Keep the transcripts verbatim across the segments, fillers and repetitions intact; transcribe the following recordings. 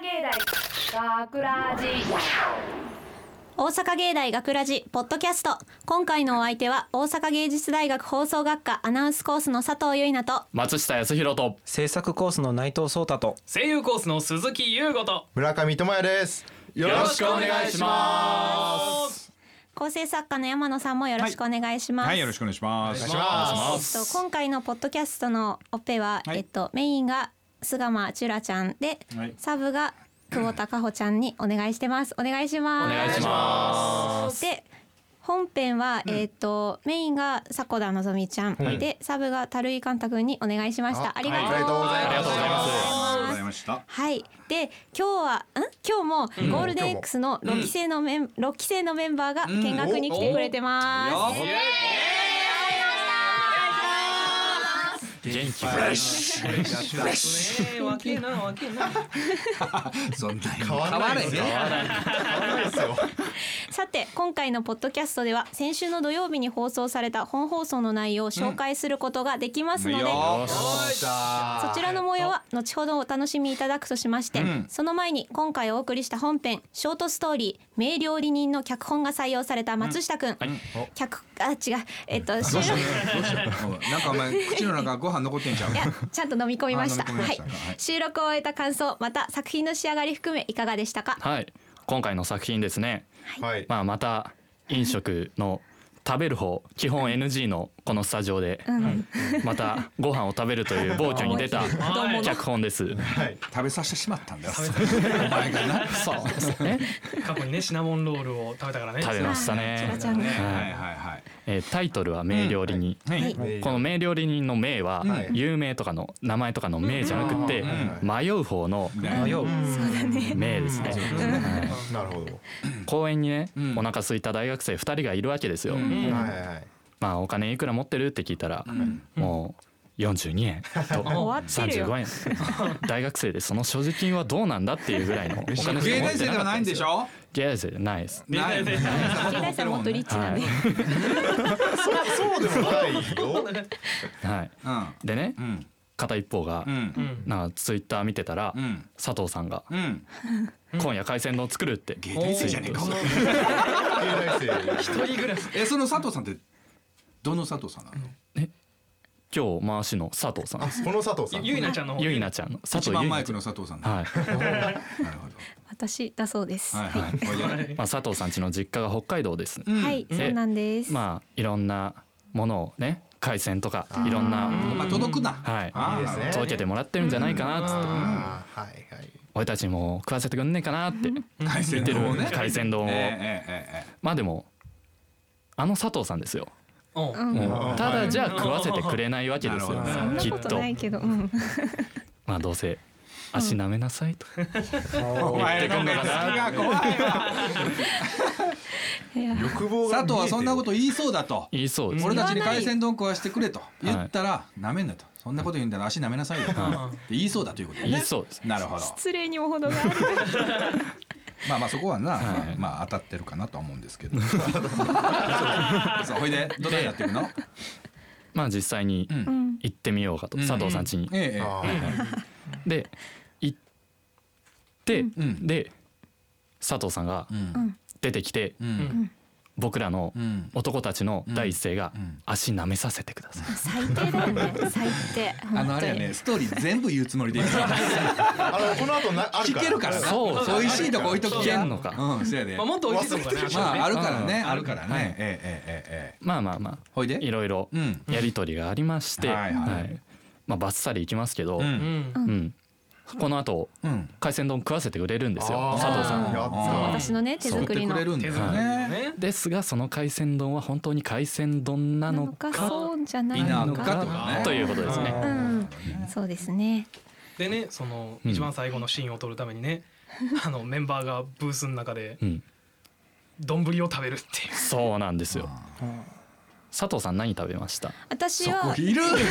芸大学ラジ大阪芸大学ラジポッドキャスト。今回のお相手は大阪芸術大学放送学科アナウンスコースの佐藤結菜と松下康弘と制作コースの内藤壮太と声優コースの鈴木優吾と村上智也です。 よろしくお願いします。 構成作家の山野さんもよろしくお願いします。 はい、はい、よろしくお願いします。 お願いします。 えっと、今回のポッドキャストのオペは、はい、えっと、メインが菅間チュラちゃんで、はい、サブが久保田香穂ちゃんにお願いしてます。お願いします。 お願いします。 で本編は、うん、えっ、ー、とメインが迫田のぞみちゃん、はい、でサブが樽井寛太くんにお願いしました。ありがとうございます。 ありがとうございます。 ありがとうございました。 はい。で今日はん今日もゴールデン X のろっき生のメン、うん、ろっき生のメンバーが見学に来てくれてます。うん元気フレッシュフレッシュフレッシュわけなわけなそんな変わらないですよ。 さて今回のポッドキャストでは先週の土曜日に放送された本放送の内容を紹介することができますので、うん、そちらの模様は後ほどお楽しみいただくとしまして、うん、その前に今回お送りした本編ショートストーリー名料理人の脚本が採用された松下くん、うんはい、脚あ違うえっと収録なんかお前口の中ご飯残ってんちゃう。 いやちゃんと飲み込みました。 はい、 収録を終えた感想また作品の仕上がり含めいかがでしたか。 はい今回の作品ですね、はい、まあまた飲食の食べる方基本 エヌジー のこのスタジオで、うん、またご飯を食べるという暴挙に出た脚本です、 はい、食べさせてしまったんだよお前がな。 そうですね過去にねシナモンロールを食べたからね。 食べましたね。 はいはいはい。 えー、タイトルは名料理人、うんはい、この名料理人の名は有名とかの名前とかの名じゃなくて、うん、迷う方の迷う名ですね。 なるほど。 公園にね、うん、お腹空いた大学生ふたりがいるわけですよ、うん、まあお金いくら持ってるって聞いたら、うん、もうよんじゅうにえんとさんじゅうごえん大学生でその所持金はどうなんだっていうぐらいのお金しか持ってなかったんですよ。芸大生ではないんでしょ。 芸大生じゃないです。 芸大生もっとリッチなんで、はい、 そうでもないよはい、うん、でね、うん片一方が、うん、なんかツイッター見てたら、うん、佐藤さんが、うん、今夜海鮮丼作るって芸大生じゃねえか。 一人暮らし。 えその佐藤さんってどの佐藤さんなの。 え今日回しの佐藤さんです。 この佐藤さん。 ゆいなちゃんのゆいなちゃんの佐藤一番マイクの佐藤さん。はい。なるほど。 私だそうです。 はいはい。まあ佐藤さん家の実家が北海道です。 うん、はいそうなんです。 まあいろんなものをね。海鮮とかいろんなまあ届くな、 はい、いいですね、届けてもらってるんじゃないかなっつって、はいはい、俺たちも食わせてくんねえかなって海鮮丼をね海鮮丼を、えーえー、まあでもあの佐藤さんですよ。もうただじゃあ食わせてくれないわけですよ、ね、きっと。そんなことないけど、うん、まあどうせ足舐めなさいと言ってくんのかな。 欲望が佐藤はそんなこと言いそうだと。 言いそうです。 俺たちに海鮮丼食わしてくれと言ったら舐めんなと。そんなこと言うんだら足舐めなさいよって言いそうだということね。 言いそうです。 なるほど。 失礼にも程がある。 まあまあそこはな、はいまあ当たってるかなとは思うんですけど。そうほいでどうやっていくの？ まあ実際に行ってみようかと、うん、佐藤さん家に。うんええ、で行って、うん、で佐藤さんが出てきて、うん、僕らの男たちの第一声が足舐めさせてください。 最低だよね最低。 あのあれはねストーリー全部言うつもりでいいからあのこの後なあるから聞けるからな。そう美味しいとこ置いときけんのか。 うんそうやで。 まあもっと美味しいとこがねまああるからねあるからね。えええええまあまあまあほいでいろいろやり取りがありまして、はいまあバッサリいきますけど、うんこの後、うん、海鮮丼食わせてくれるんですよ佐藤さん。 私のね手作りの手作りね。 ですがその海鮮丼は本当に海鮮丼なのかそうじゃないのかということですね。 うん、そうですね。 でねその一番最後のシーンを撮るためにね、うん、あのメンバーがブースの中で丼を食べるっていう。 そうなんですよ。 佐藤さん何食べました？ 私はそこいるでも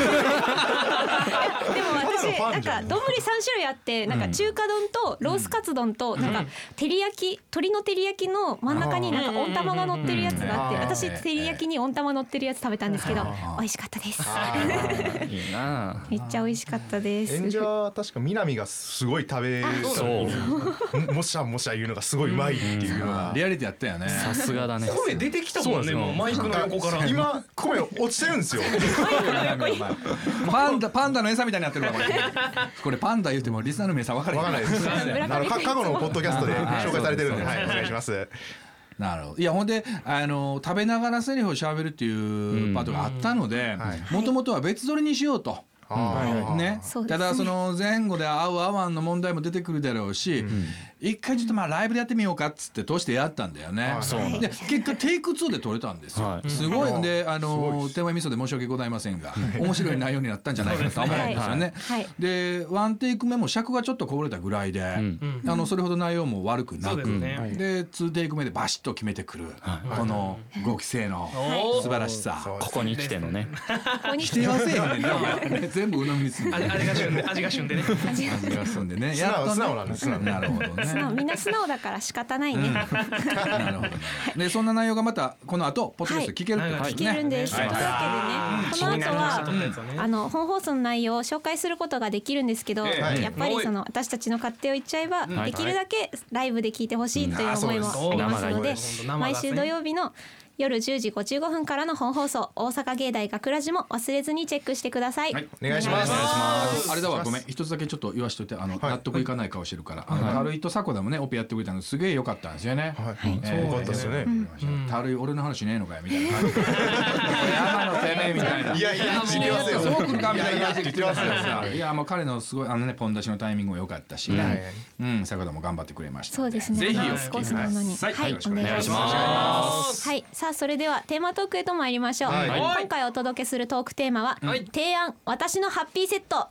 私なんか丼さん種類あって、なんか中華丼とロースカツ丼となんか照り焼き、鶏の照り焼きの真ん中になんか温玉が乗ってるやつがあって、私照り焼きに温玉乗ってるやつ食べたんですけど美味しかったです。 いいな。 めっちゃ美味しかったです。 演者確か南がすごい食べる、そうもしゃもしゃ言うのがすごいうまいっていうのがリアリティやったよね。 さすがだね。 声出てきたもんね、もうマイクの横から今声落ちてるんですよ。 パンダパンダの餌みたいになってるわこれ。これパンダ言ってもリスナーの皆さん分からない。 わかんないです。あの過去のポッドキャストで紹介されてるんで、はいお願いします。 なるほど。いやほんであの食べながらセリフを喋るっていうパートがあったので、もともとは別撮りにしようと。ね、ただその前後で合う合わんの問題も出てくるだろうし、一回ちょっとまあライブでやってみようかっつって通してやったんだよね。で結果テイクツーで撮れたんですよ。すごいんであの手前味噌で申し訳ございませんが面白い内容になったんじゃないかなと思うんですよね。でワンテイク目も尺がちょっとこぼれたぐらいで、あのそれほど内容も悪くなく、でツーテイク目でバシッと決めてくるこのご期生の素晴らしさ。 ここに来てのね。 来てませんよね。全部鵜呑みにするんで。 味が旬で味が旬でね。 味が旬でね。 素直素直なんです。 なるほどね。 素直みんな素直だから仕方ないね。 なるほど。でそんな内容がまたこの後ポッドキャスト聞けるってことですね。 聞けるんです。というわけでね、この後はあの本放送の内容を紹介することができるんですけど、やっぱりその私たちの勝手を言っちゃえばできるだけライブで聞いてほしいという思いもありますので、毎週土曜日の夜じゅうじごじゅうごふんからの本放送大阪芸大学ラジも忘れずにチェックしてください。 お願いします。 あれだわごめん一つだけちょっと言わしといて、あの納得いかない顔してるから、タルイとサコダもねオペやってくれたのすげえ良かったんですよね。 そうよかったですよね。 タルイ俺の話ねえのかよみたいな感じで山のてめえみたいな。 いやいや言ってますよ。 そうくるかみたいな感じで言ってますよ。いやもう彼のすごいあのねポン出しのタイミングも良かったし、うんサコダも頑張ってくれました。 そうですね。 ぜひお聞きください。 はいお願いします。はいさあそれではテーマトークへと参りましょう。今回お届けするトークテーマは提案私のハッピーセット。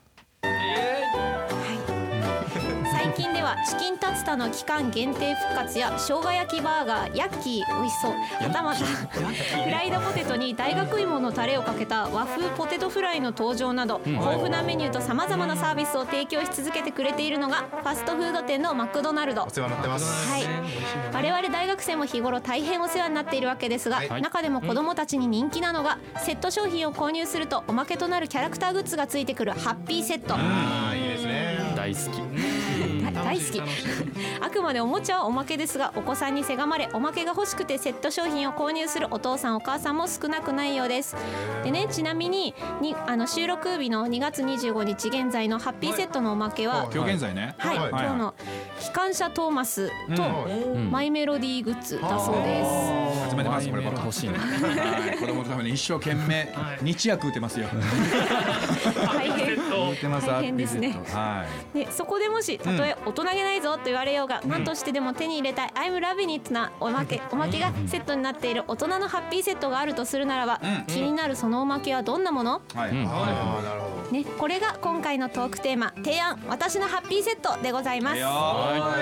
最近ではチキンタツタの期間限定復活や生姜焼きバーガーヤッキー美味しそう、はたまたフライドポテトに大学芋のタレをかけた和風ポテトフライの登場など、豊富なメニューとさまざまなサービスを提供し続けてくれているのがファストフード店のマクドナルド。 お世話になってます。 はい、我々大学生も日頃大変お世話になっているわけですが、はい、中でも子どもたちに人気なのが、セット商品を購入するとおまけとなるキャラクターグッズがついてくるハッピーセット。 あいいですね。 大好き。 大好き。あくまでおもちゃはおまけですが、お子さんにせがまれおまけが欲しくてセット商品を購入するお父さんお母さんも少なくないようです。でね、ちなみににあの収録日のにがつにじゅうごにち現在のハッピーセットのおまけは、 今日現在ね、 はい、はい、今日の機関車トーマスとマイメロディーグッズだそうです。 集めてます。これ欲しいね。子供のために一生懸命日薬打ってますよ。 大変大変ですね。 はい。 でそこでもしたとえ大人げないぞと言われようが、何としてでも手に入れたい I'm loving it なおまけおまけがセットになっている大人のハッピーセットがあるとするならば、気になるそのおまけはどんなもの？ はい。ああなるほど。 ね、これが今回のトークテーマ、提案私のハッピーセットでございます。はい。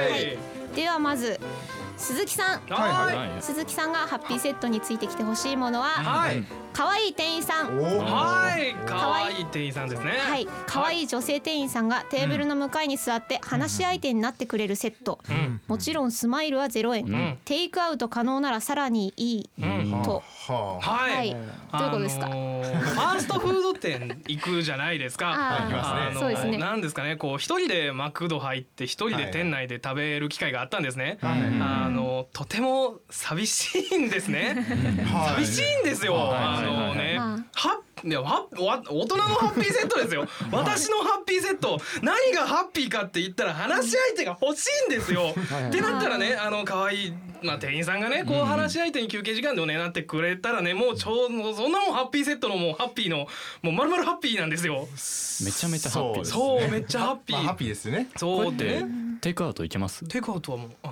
ではまず鈴木さん、はい、鈴木さんがハッピーセットについてきてほしいものは、はい、可愛い店員さん。 はい、可愛い店員さんですね。 はい、可愛い女性店員さんがテーブルの向かいに座って話し相手になってくれるセット。うん、もちろんスマイルはゼロえん、うん、テイクアウト可能ならさらにいい、うん、と。 はい、 はい、どういうことですか？ あのー、ファーストフード店行くじゃないですか。 あ行きますね。そうですね。 なんですかね、こう一人でマクド入って一人で店内で食べる機会があったんですね。はい、あのとても寂しいんですね。寂しいんですよ。あのね、はいや大人のハッピーセットですよ。私のハッピーセット、何がハッピーかって言ったら話し相手が欲しいんですよ。ってなったらね、あの可愛いまあ店員さんがね、こう話し相手に休憩時間でおねなってくれたらね、もうちょうどそんなもんハッピーセットのもうハッピーのもう丸々ハッピーなんですよ。 めちゃめちゃハッピーですね。 そうめっちゃハッピー。 ハッピーですね。 そうでテイクアウトいけます？ テイクアウトはもうあの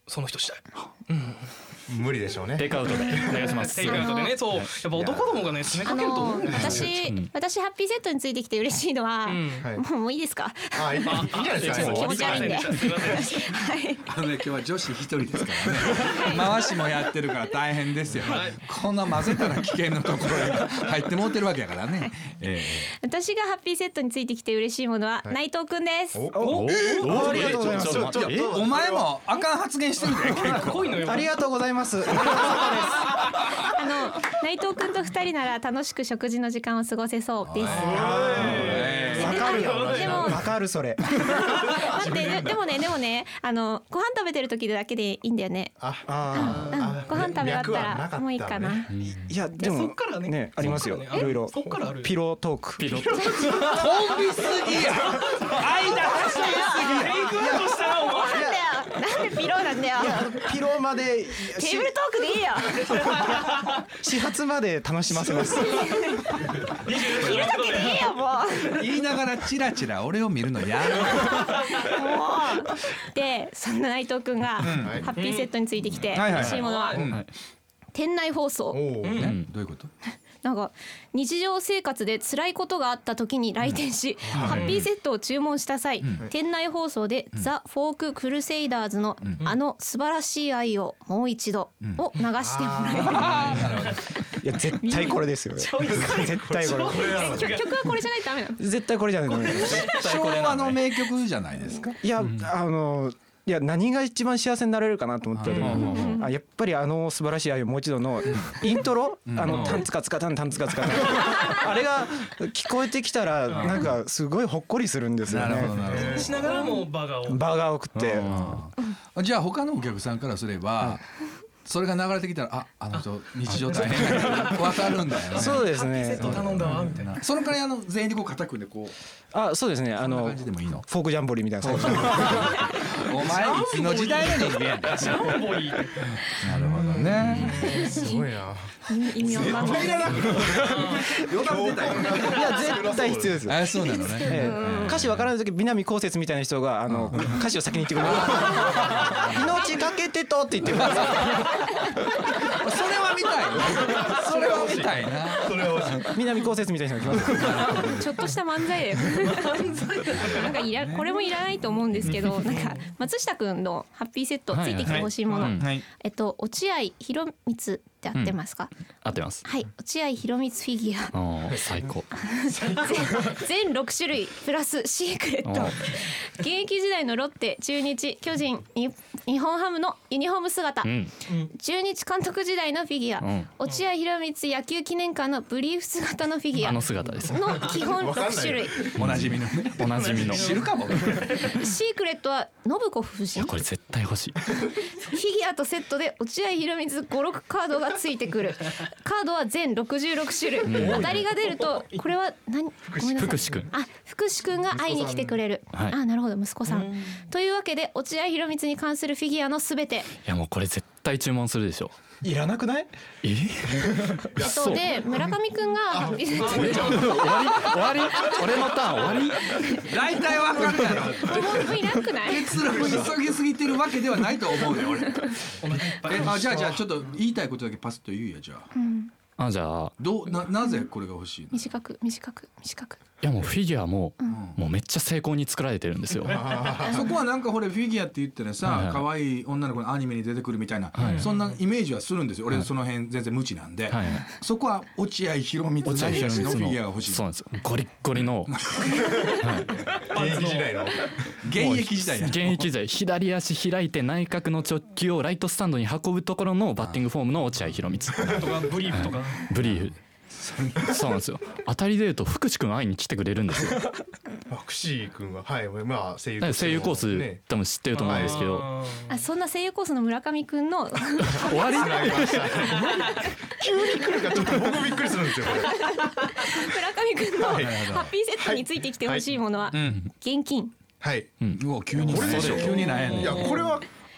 その人したい。 無理でしょうね。 テイクアウトでお願いします。 テイクアウトでね、そうやっぱ男どもがね詰めかけると思うんだよね。 私私ハッピーセットについてきて嬉しいのは、もうもういいですか。 あ、いいいいんじゃないですか。 気持ち悪いんで。はい。 あのね今日は女子一人ですからね。回しもやってるから大変ですよ。こんな混ぜたら危険なところに入ってもってるわけやからね。 私がハッピーセットについてきて嬉しいものは内藤くんです。 おありがとうございます。 お前もあかん発言してるで結構。 ありがとうございます。 あの内藤くんと二人なら楽しく食事の時間を過ごせそうです。 わかるよ。 でもわかるそれ。 待ってでもねでもねあのご飯食べてる時だけでいいんだよね。 ああご飯食べ終わったらもういいかな。 いやでもねありますよ。いろいろピロートーク。 ピロー飛びすぎや。間走りすぎや。 テイクアウトしたなお前。 なんでピローなんだよ。 ピローまでテーブルトークでいいよ。 始発まで楽しませます。 いるだけでいいよもう。 言いながらチラチラ俺を見るのやる。 もうでそんな内藤くんがハッピーセットについてきて嬉しいものは店内放送。 どういうこと？ なんか日常生活で辛いことがあった時に来店し、ハッピーセットを注文した際、店内放送でザ・フォーク・クルセイダーズのあの素晴らしい愛をもう一度を流してもらいや絶対これですよ。絶対これ。 える。曲はこれじゃないとダメなの？ 絶対これじゃないとダメ。 昭和の名曲じゃないですか。 いやあの。いや何が一番幸せになれるかなと思った時にあやっぱりあの素晴らしい愛をもう一度のイントロあのタンツカツカタンタンツカツカタンあれが聞こえてきたらなんかすごいほっこりするんですよね。 しながらもバガをバーガーを食ってじゃあ他のお客さんからすればそれが流れてきたらああの人日常大変だ分かるんだよね。 そうですね。 セット頼んだわみたいな。 そのからあの全員でこう肩組んでこうあそうですねあの感じでもいいの。 フォークジャンボリーみたいな。 お前いつの時代の人間や。 ジャンボリー。 なるほどね。 すごいな。 意味わかんない。 余談出たよ。 いや絶対必要です。 あそうなのね。 ええ、歌詞わからない時南こうせつみたいな人があの歌詞を先に言ってくれる。命かけてとって言ってくれる。 それは見たい。それは見たいな。 それは欲しい。 南こうせつみたいな人が来ます。 ちょっとした漫才だよ。なんかいらこれもいらないと思うんですけど、なんか松下くんのハッピーセットついてきてほしいもの。えっと落合博満って合ってますか？ 合ってます。 はい、落合博満フィギュア。最高。 全六種類プラスシークレット。現役時代のロッテ、中日、巨人、日本ハムのユニフォーム姿。中日監督時代のフィギュア。落合博満野球記念館のブリーフ姿のフィギュア。 あの姿です。 の基本六種類。 おなじみのね。 おなじみの。 知るかも。 シークレットは信子夫人。 これ絶対欲しい。 フィギュアとセットで落合博満ご、ろくカードがついてくる。カードは全ろくじゅうろく種類。当たりが出るとこれは何？ごめんなさい。 福士くん。 あ、福士くんが会いに来てくれる。 はい、 あ、なるほど息子さん。というわけで落合博満に関するフィギュアのすべて。いやもうこれ絶対注文するでしょ。 いらなくない？ え？ えっとで村上くんが終わり終わり俺のターン終わり。 大体わかるやろ。 もういらなくない？ 結論急ぎすぎてるわけではないと思うよ俺。えあじゃあじゃあちょっと言いたいことだけパスッと言うやじゃあ。 うんあじゃあどうななぜこれが欲しいの？ 短く短く短く。 いやもうフィギュアも、うん、もうめっちゃ精巧に作られてるんですよ。 そこはなんかこれフィギュアって言ってねさ可愛、はい、い女の子のアニメに出てくるみたいな、はい、そんなイメージはするんですよ。俺その辺全然無知なんで、はい、そこは落合博満のフィギュアが欲しい。 そうなんですよ。ゴリッゴリの、 はい、現役時代の現役時代現役時代左足開いて内角の直球をライトスタンドに運ぶところのバッティングフォームの落合博満。 ブリーフとか。 ブリーフ。そうなんですよ。当たりで言うと福士くん会いに来てくれるんですよ。 福士くんははいまあ声優声優コース、ね、多分知ってると思うんですけど。 あそんな声優コースの村上くんの終わり。 急に来るからちょっと僕びっくりするんですよ。 村上くんのハッピーセットについてきてほしいものは現金。 はい。 うわ急にこれでしょ。 急になんやねん。 いやこれは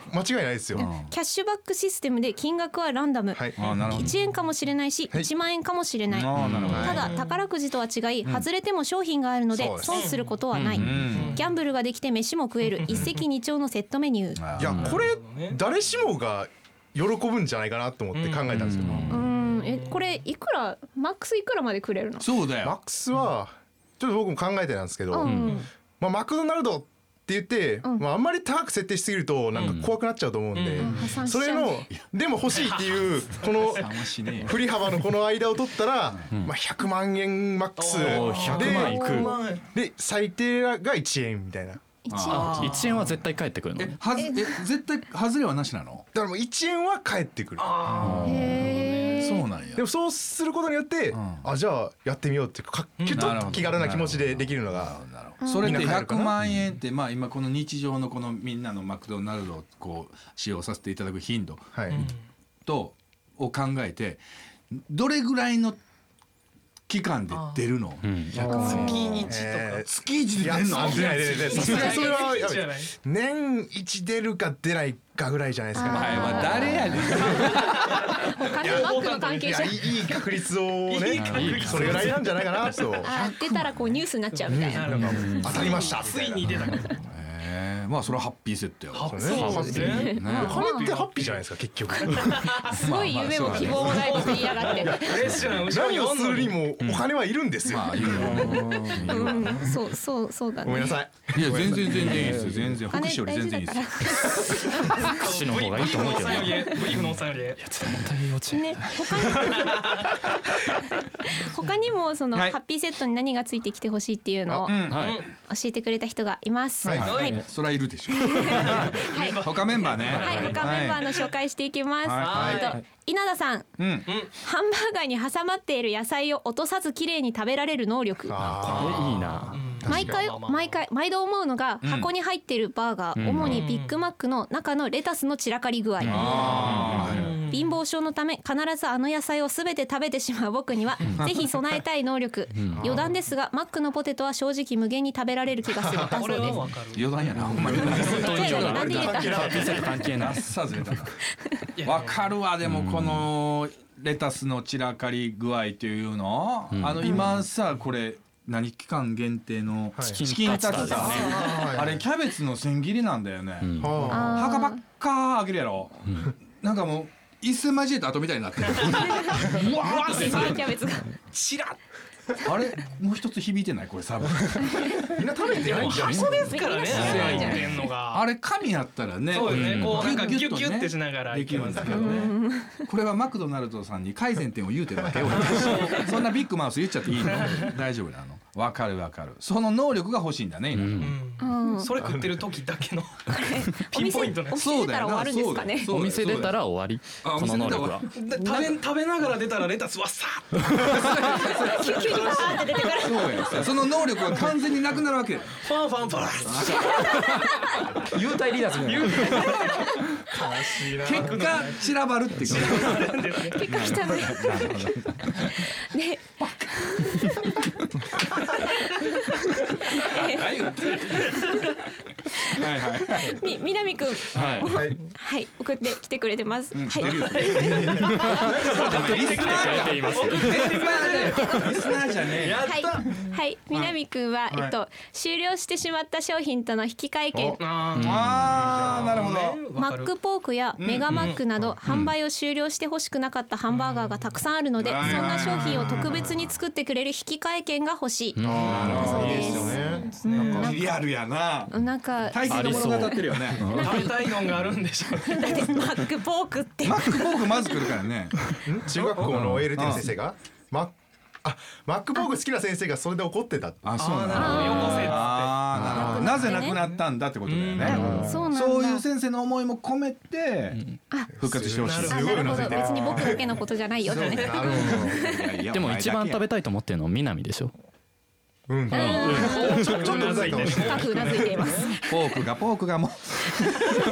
間違いないですよ。 キャッシュバックシステムで金額はランダム、はい、いちえんかもしれないし、はい、いちまんえんかもしれない、はい、ただ宝くじとは違い外れても商品があるので損することはない、うん、ギャンブルができて飯も食える一石二鳥のセットメニュー。 いやこれ誰しもが喜ぶんじゃないかなと思って考えたんですけど、 うんうん、えこれいくらマックスいくらまでくれるの？ そうだよ。 マックスはちょっと僕も考えてたんですけど、うん、まあマクドナルドって言って、うんまあ、あんまり高く設定しすぎるとなんか怖くなっちゃうと思うんで、うんうん、それのでも欲しいっていうこの振り幅のこの間を取ったら、うんまあ、ひゃくまんえんマックスでひゃくまんいくで最低がいちえんみたいな。 あいちえんは絶対返ってくるの？ えはずえ絶対外れはなしなの？ だからもういちえんは返ってくる。あへそうなんや。 でもそうすることによって、うん、あじゃあやってみようっていうかちょっと気軽な気持ちでできるのが。 それってひゃくまんえんってまあ今この日常のこのみんなのマクドナルドをこう使用させていただく頻度とを考えてどれぐらいの期間で出るの？ 月いちとか月いちで出るの？ 出ない出ない出ない。さすがにそれは年いち出るか出ないかぐらいじゃないですかね。 お前は誰やねん。 他のマックの関係者。 いいい確率をね、それぐらいなんじゃないかなと。 あ出たらこうニュースになっちゃうみたいな。 当たりました。 ついに出た。 まあそれはハッピーセットよ。 そうですね。 お金ってハッピーじゃないですか結局。 すごい夢も希望もないこと言いやがって。 フレッシュな後ろに何をするにもお金はいるんですよ。 そうそうそうだね。 ごめんなさい。 いや全然全然いいですよ。全然福祉より全然いいですよ。 福祉の方がいいと思うけどね。 ブイフのおさんより。いや絶対幼稚園。 ね他にもそのハッピーセットに何がついてきてほしいっていうのを教えてくれた人がいます。 はい、それはいるでしょう。はい、他メンバーね。 はい、他メンバーの紹介していきます。はい。稲田さん、うん、ハンバーガーに挟まっている野菜を落とさず綺麗に食べられる能力。 あこれいいな。 毎回毎回毎度思うのが箱に入っているバーガー、うん、主にビッグマックの中のレタスの散らかり具合。貧乏症のため必ずあの野菜をすべて食べてしまう僕にはぜひ備えたい能力。余談ですがマックのポテトは正直無限に食べられる気がするだそうです。 余談やな。なんで入れた？ 関係ない。 わかるわ。でもこのレタスの散らかり具合というの、うん、あの今さこれ何期間限定のチキンタツタね。あれキャベツの千切りなんだよね。うん、墓ばっかあげるやろ。うん、なんかもう一戦交えた後みたいになってる。うわーってキャベツがチラッ。あれもう一つ響いてないこれサブ。 みんな食べてないんじゃないですからね。 あれ紙やったらね。 そうですね。こうなんかギュッギュッってしながらできるんですけどね。これはマクドナルドさんに改善点を言うてるだけ。そんなビッグマウス言っちゃっていいの？大丈夫なの？わかるわかる。その能力が欲しいんだね。 それ食ってる時だけのピンポイントね。 そうだよな。 お店出たら終わり。この能力は。 食べ食べながら出たらレタスわっさー。 急にバーって出てから。 そうや。その能力は完全になくなるわけ。 ファンファンファン。幽体離脱みたいな。 結果散らばるっていう。 結果汚い。ね。はいはい。み南くん。はいはい送ってきてくれてます。はい。はい南くんはえっと終了してしまった商品との引換券。 ああなるほど。 マックポークやメガマックなど販売を終了してほしくなかったハンバーガーがたくさんあるので、そんな商品を特別に作ってくれる引換券が欲しい。そうです。 リアルやな。 なんか大切な物語ってるよね。 食べたいのがあるんでしょう。 だってマックポークってマックポークまず来るからね。 中学校の エーエルティー の先生がマッあマックポーク好きな先生がそれで怒ってた。 あそうなの。あなぜなくなったんだってことだよね。そういう先生の思いも込めて復活してほしい。 なるほど。別に僕だけのことじゃないよってね。 でも一番食べたいと思ってるの南でしょ。 うん、ちょっとうざいね。 深くうなずいています。 ポークがポークがもう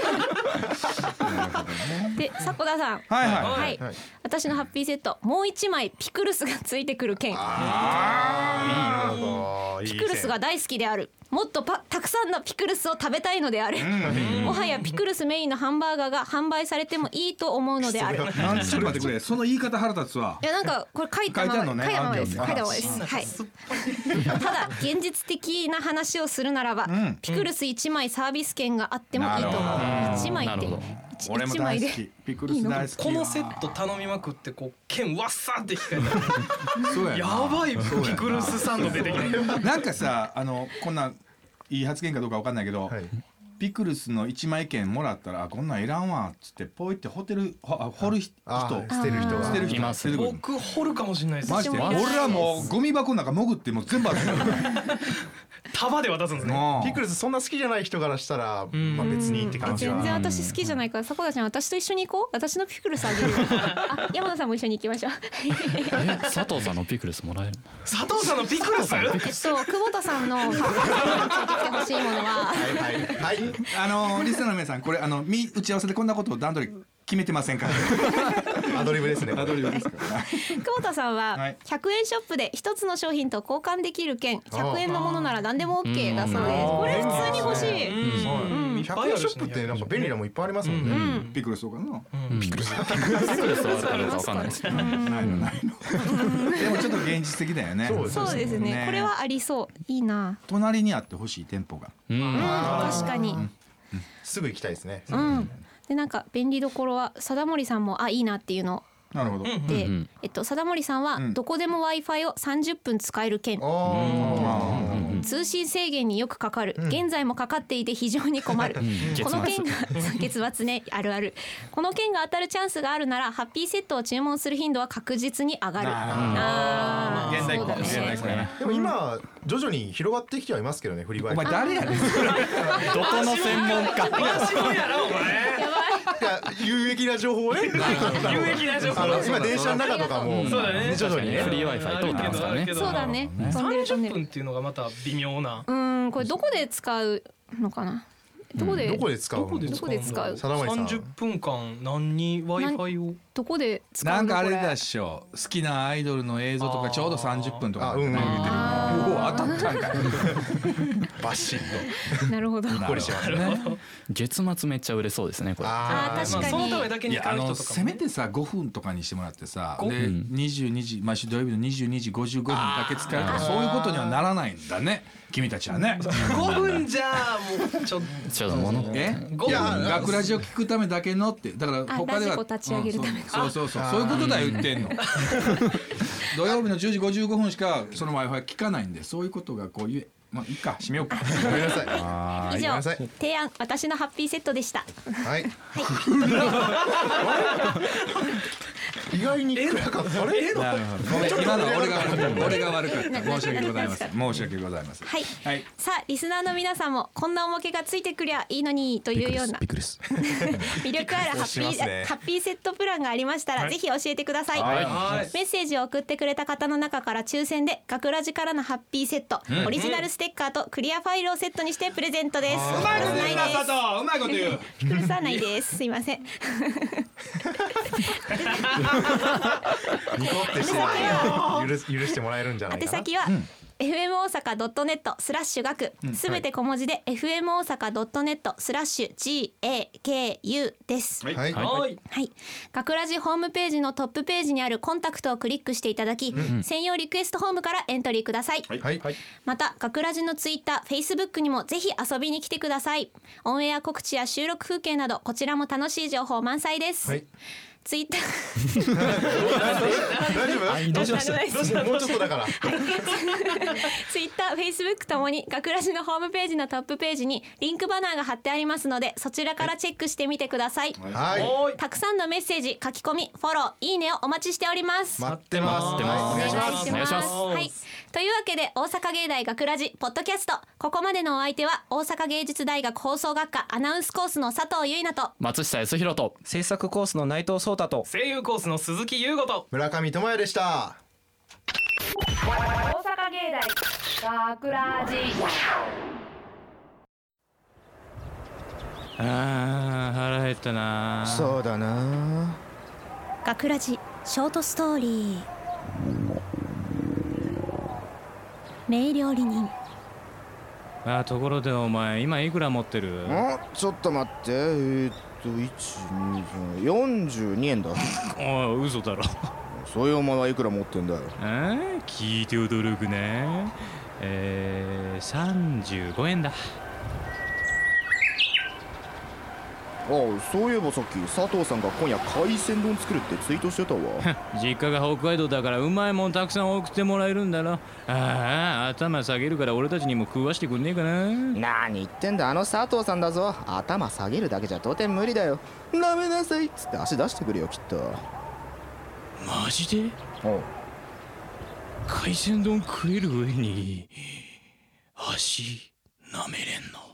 で迫田さん、 はいはいはい、私のハッピーセット、もう一枚ピクルスがついてくる件。 あー、 ピクルスが大好きである。もっとパたくさんのピクルスを食べたいのである。もはやピクルスメインのハンバーガーが販売されてもいいと思うのである。 なんちょっと待ってくれ、その言い方腹立つわ。 いやなんかこれ書いたまま、 書いてあるのね、 書いたままです。書いあたままです。はい。ただ現実的な話をするならば、うん、ピクルスいちまいサービス券があってもいいと思う。いちまいって俺も大好き。ピクルス大好き。 このセット頼みまくってこう剣わっさって控えたらそうややばいピクルスサンド出てきてなんかさ、あのこんないい発言かどうかわかんないけど、はい、ピクルスのいちまい券もらったらこんなんいらんわっつってポイってホテル掘る人、 捨てる人捨てる人います。 僕掘るかもしれないです。 マジで俺らもうゴミ箱の中潜ってもう全部集める束で渡すんですね。 ピクルスそんな好きじゃない人からしたら、まあ別にって感じは。 全然私好きじゃないから、迫田ちゃん私と一緒に行こう。私のピクルスあげる。あ、山田さんも一緒に行きましょう。 え、佐藤さんのピクルスもらえる？ 佐藤さんのピクルス？えっと久保田さんのついてきてほしいものは。 はいはいはい。 あのリスナーの皆さん、これあのみ打ち合わせでこんなことを段取り決めてませんから。 アドリブですね。 アドリブですから。 久保田さんはひゃくえんショップで一つの商品と交換できる券、ひゃくえんのものなら何でも OK だそうです。これ普通に欲しい。 ひゃくえんショップってなんか便利なもんいっぱいありますもんね。 ピクルスとかな。 ピクルス。ピクルスはあるかわかんないです。ないのないの。でもちょっと現実的だよね。 そうですね。これはありそう。いいな。 隣にあってほしい店舗が。 確かに。 すぐ行きたいですね。 うん。でなんか便利どころは貞森さんもあいいなっていうのなるほどで、えっと貞森さんはどこでも Wi-Fi をさんじゅっぷん使える券、通信制限によくかかる、現在もかかっていて非常に困る、この件が月末ねあるある、この件が当たるチャンスがあるならハッピーセットを注文する頻度は確実に上がる。あ現代かもしれないですね。 でも今徐々に広がってきてはいますけどね、フリー Wi-Fi。 お前誰やねん。 どこの専門家。 やろお前。 有益な情報をね。 有益な情報。 今電車の中とかも徐々にフリー Wi-Fi 通ってますからね。 そうだね。 さんじゅっぷんっていうのがまた微妙な。 うん、これどこで使うのかな。どこでどこで使うの？ どこで使う？ さんじゅっぷんかん何に Wi-Fi をどこで使うの？ なんかあれだっしょ。好きなアイドルの映像とかちょうどさんじゅっぷんとか。 うんうん言ってる。 おお当たったんか。 バシッと。 なるほど。 これしますね。 月末めっちゃ売れそうですねこれ。 ああ確かに。 そのためだけに買う人とか。 せめてさごふんとかにしてもらってさ、でにじゅうにじ毎週土曜日のにじゅうにじごじゅうごふんだけ使うとかそういうことにはならないんだね。君たちはね。 ごふんじゃもうちょっとちょっともの。 え？いや学ラジオ聞くためだけのってだから他では立ち上げるため。 そうそうそうそういうことだよ言ってんの。土曜日のじゅうじごじゅうごふんしかその Wi-Fi 聞かないんで、そういうことがこう言え。まあいいか閉めようか。 ごめんなさい。 以上提案私のハッピーセットでした。 はい。意外に暗かった。あれ？ なるほど。今の俺が俺が悪かった。申し訳ございません。申し訳ございません。 はい。さあリスナーの皆さんもこんなおまけがついてくりゃいいのにというような魅力あるハッピーハッピーセットプランがありましたらぜひ教えてください。メッセージを送ってくれた方の中から抽選で学ラジからのハッピーセット、オリジナルステッカーとクリアファイルをセットにしてプレゼントです。 うまいこと言うな佐藤。うまいこと言う。 ピクルスはないです。すいません。 ニコってしてない許許してもらえるんじゃないかな。 宛先は、うん、エフエム 大阪 ドットネット スラッシュ学すべて小文字で エフエム 大阪 ドットネット スラッシュ ジーエーケーユー です。 はい、 はいはい、学ラジホームページのトップページにあるコンタクトをクリックしていただき、うん、専用リクエストホームからエントリーください。はいはい、また学ラジのツイッター、フェイスブックにもぜひ遊びに来てください。オンエア告知や収録風景などこちらも楽しい情報満載です。はい、ツイッター大丈夫？ どうしました？ もうちょっとだから。 ツイッター、フェイスブックともに学ラジのホームページのトップページにリンクバナーが貼ってありますのでそちらからチェックしてみてください。はい。たくさんのメッセージ、書き込み、フォロー、いいねをお待ちしております。 待ってます。 お願いします。お願いします。はい。というわけで大阪芸大学ラジポッドキャスト、ここまでのお相手は大阪芸術大学放送学科アナウンスコースの佐藤結菜と松下康弘と制作コースの内藤壮太と声優コースの鈴木優吾と村上智也でした。 大阪芸大学ラジあー腹減ったな。 そうだな。 学ラジショートストーリー。名料理人。 あ、ところでお前今いくら持ってる？ あ、ちょっと待って。えー、っといち、に、さん、よんじゅうにえんだ。 おい、嘘だろ。 そういうお前はいくら持ってんだよ。 えー、聞いて驚くね。えー、さんじゅうごえんだ。 ああ、そういえばさっき佐藤さんが今夜海鮮丼作るってツイートしてたわ。 実家が北海道だからうまいもんたくさん送ってもらえるんだろ。ああ、頭下げるから俺たちにも食わしてくんねえかな。 何言ってんだ、あの佐藤さんだぞ。頭下げるだけじゃとても無理だよ。ダメなさいっつって足出してくるよきっと。 マジで？ おう、 海鮮丼食える上に足舐めれんの？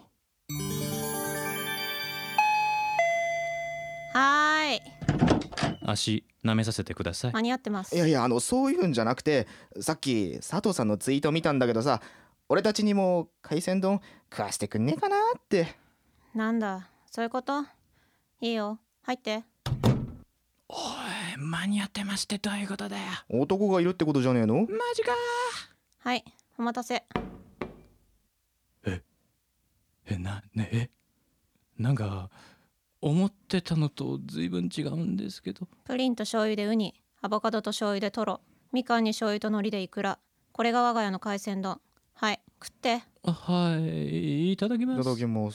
はーい、 足舐めさせてください。 間に合ってます。 いやいや、あのそういうんじゃなくて、さっき佐藤さんのツイート見たんだけどさ、俺たちにも海鮮丼食わしてくんねえかなって。 なんだ、そういうこと？いいよ、入って。 おい、間に合ってますってどういうことだよ。 男がいるってことじゃねえの？ マジか。 はい、お待たせ。 ええなねえなんか思ってたのと随分違うんですけど。 プリンと醤油でウニ、アボカドと醤油でトロ、みかんに醤油と海苔でイクラ。これが我が家の海鮮丼。はい、食って。 あ、はい、いただきます。 いただきます。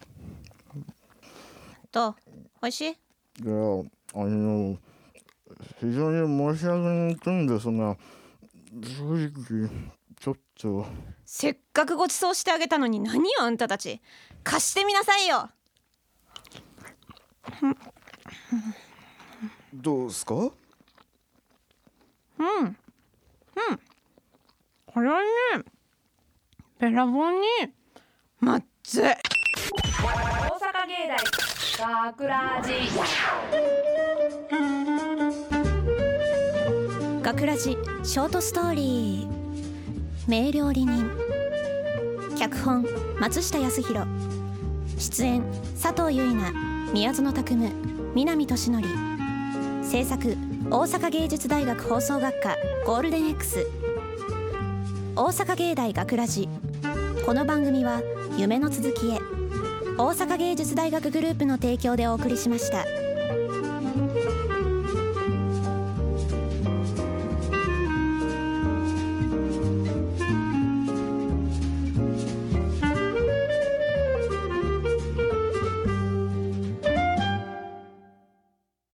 どう？美味しい？ いや、あの非常に申し訳ないんですが、正直ちょっと。 せっかくご馳走してあげたのに何よあんたたち。貸してみなさいよ。 どうすか？ うんうんこれはね、べらぼうにまっずい。 大阪芸大学ラジ学ラジショートストーリー。名料理人。脚本松下康弘。出演佐藤結菜、宮園拓夢、南俊則。制作大阪芸術大学放送学科ゴールデン X。 大阪芸大学ラジ。この番組は夢の続きへ大阪芸術大学グループの提供でお送りしました。